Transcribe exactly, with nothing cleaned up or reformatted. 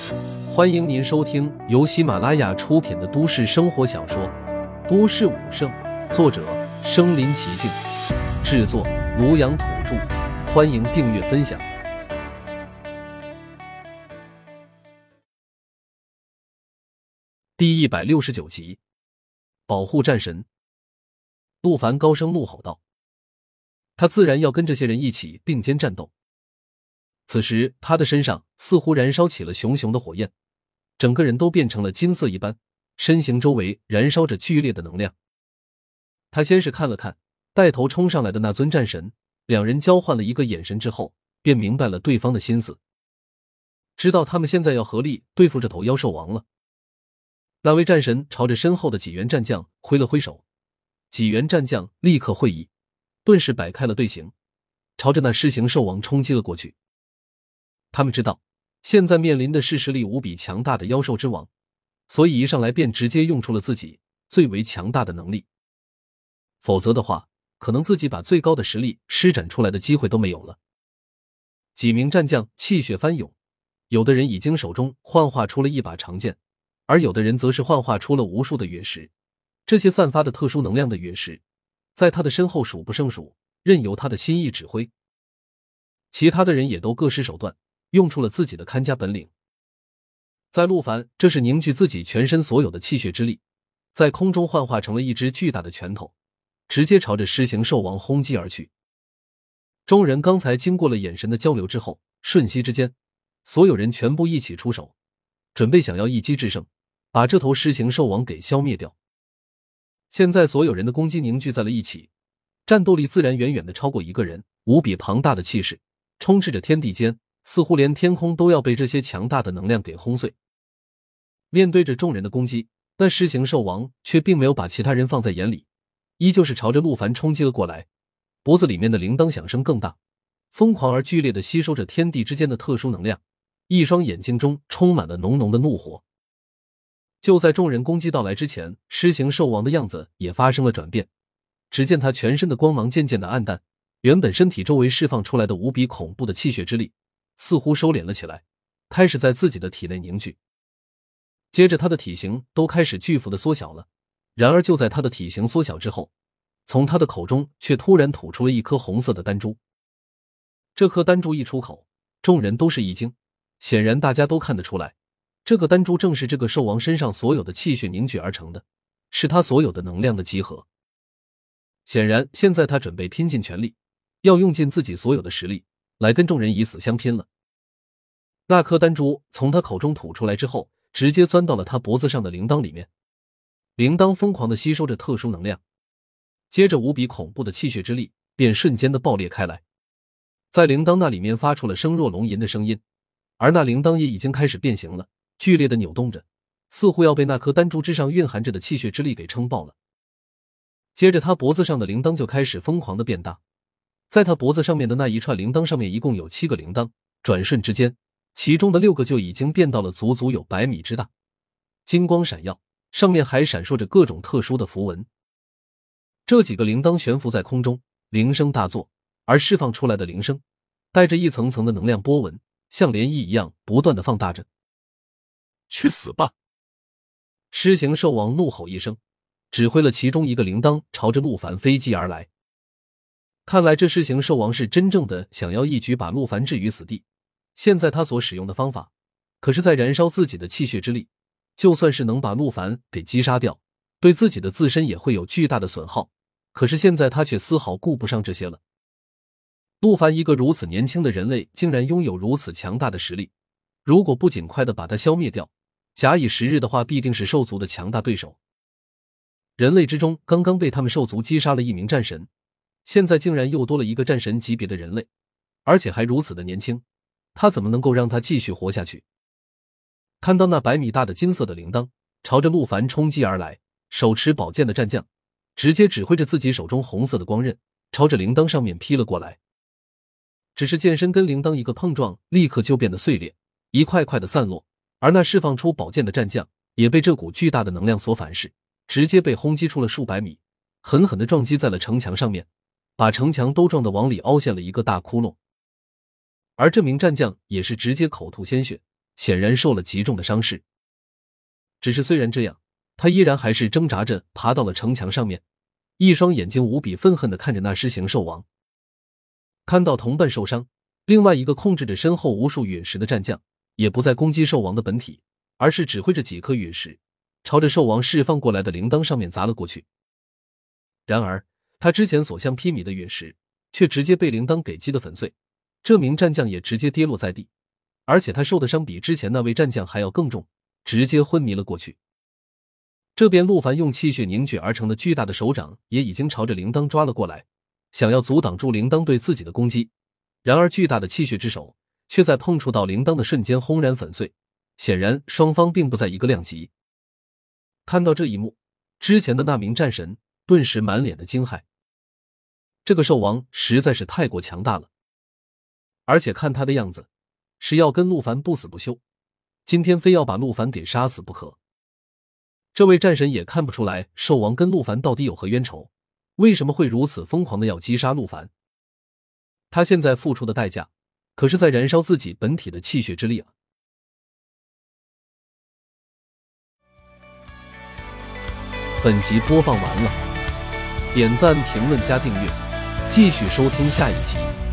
欢迎您收听由喜马拉雅出品的都市生活小说《都市武圣》，作者身临其境，制作庐阳土著。欢迎订阅分享。第一百六十九集，保护战神。陆凡高声怒吼道，他自然要跟这些人一起并肩战斗。此时他的身上似乎燃烧起了熊熊的火焰，整个人都变成了金色一般，身形周围燃烧着剧烈的能量。他先是看了看带头冲上来的那尊战神，两人交换了一个眼神之后，便明白了对方的心思，知道他们现在要合力对付这头妖兽王了。那位战神朝着身后的几员战将挥了挥手，几员战将立刻会意，顿时摆开了队形，朝着那狮形兽王冲击了过去。他们知道现在面临的是实力无比强大的妖兽之王，所以一上来便直接用出了自己最为强大的能力，否则的话可能自己把最高的实力施展出来的机会都没有了。几名战将气血翻涌，有的人已经手中幻化出了一把长剑，而有的人则是幻化出了无数的陨石，这些散发的特殊能量的陨石在他的身后数不胜数，任由他的心意指挥。其他的人也都各施手段，用出了自己的看家本领。在陆凡这是凝聚自己全身所有的气血之力，在空中幻化成了一只巨大的拳头，直接朝着狮形兽王轰击而去。众人刚才经过了眼神的交流之后，瞬息之间所有人全部一起出手，准备想要一击制胜，把这头狮形兽王给消灭掉。现在所有人的攻击凝聚在了一起，战斗力自然远远的超过一个人，无比庞大的气势充斥着天地间，似乎连天空都要被这些强大的能量给轰碎。面对着众人的攻击，那狮形兽王却并没有把其他人放在眼里，依旧是朝着陆凡冲击了过来，脖子里面的铃铛响声更大，疯狂而剧烈地吸收着天地之间的特殊能量，一双眼睛中充满了浓浓的怒火。就在众人攻击到来之前，狮形兽王的样子也发生了转变，只见他全身的光芒渐渐的暗淡，原本身体周围释放出来的无比恐怖的气血之力似乎收敛了起来，开始在自己的体内凝聚。接着他的体型都开始巨幅的缩小了，然而就在他的体型缩小之后，从他的口中却突然吐出了一颗红色的丹珠。这颗丹珠一出口，众人都是一惊，显然大家都看得出来，这个丹珠正是这个兽王身上所有的气血凝聚而成的，是他所有的能量的集合。显然现在他准备拼尽全力，要用尽自己所有的实力来跟众人以死相拼了。那颗丹珠从他口中吐出来之后，直接钻到了他脖子上的铃铛里面，铃铛疯狂地吸收着特殊能量，接着无比恐怖的气血之力便瞬间的爆裂开来，在铃铛那里面发出了声若龙吟的声音，而那铃铛也已经开始变形了，剧烈的扭动着，似乎要被那颗丹珠之上蕴含着的气血之力给撑爆了。接着他脖子上的铃铛就开始疯狂的变大，在他脖子上面的那一串铃铛上面一共有七个铃铛，转瞬之间其中的六个就已经变到了足足有百米之大，金光闪耀，上面还闪烁着各种特殊的符文。这几个铃铛悬浮在空中，铃声大作，而释放出来的铃声带着一层层的能量波纹，像涟漪一样不断的放大着。 去死吧！ 狮形兽王怒吼一声，指挥了其中一个铃铛朝着陆凡飞击而来。看来这狮形兽王是真正的想要一举把陆凡置于死地，现在他所使用的方法可是在燃烧自己的气血之力，就算是能把陆凡给击杀掉，对自己的自身也会有巨大的损耗，可是现在他却丝毫顾不上这些了。陆凡一个如此年轻的人类竟然拥有如此强大的实力，如果不尽快的把他消灭掉，假以时日的话必定是兽族的强大对手。人类之中刚刚被他们兽族击杀了一名战神，现在竟然又多了一个战神级别的人类，而且还如此的年轻，他怎么能够让他继续活下去？看到那百米大的金色的铃铛朝着陆凡冲击而来，手持宝剑的战将直接指挥着自己手中红色的光刃朝着铃铛上面劈了过来。只是剑身跟铃铛一个碰撞，立刻就变得碎裂，一块块的散落，而那释放出宝剑的战将也被这股巨大的能量所反噬，直接被轰击出了数百米，狠狠地撞击在了城墙上面，把城墙都撞得往里凹陷了一个大窟窿。而这名战将也是直接口吐鲜血， 显然受了极重的伤势。只是虽然这样，他依然还是挣扎着爬到了城墙上面，一双眼睛无比愤恨地看着那狮形兽王。看到同伴受伤，另外一个控制着身后无数陨石的战将也不再攻击兽王的本体，而是指挥着几颗陨石朝着兽王释放过来的铃铛上面砸了过去。然而他之前所向披靡的陨石却直接被铃铛给击得粉碎，这名战将也直接跌落在地，而且他受的伤比之前那位战将还要更重，直接昏迷了过去。这边陆凡用气血凝聚而成的巨大的手掌也已经朝着铃铛抓了过来，想要阻挡住铃铛对自己的攻击，然而巨大的气血之手却在碰触到铃铛的瞬间轰然粉碎，显然双方并不在一个量级。看到这一幕，之前的那名战神顿时满脸的惊骇，这个兽王实在是太过强大了，而且看他的样子是要跟陆凡不死不休，今天非要把陆凡给杀死不可。这位战神也看不出来兽王跟陆凡到底有何冤仇，为什么会如此疯狂的要击杀陆凡。他现在付出的代价可是在燃烧自己本体的气血之力啊。本集播放完了，点赞评论加订阅，继续收听下一集。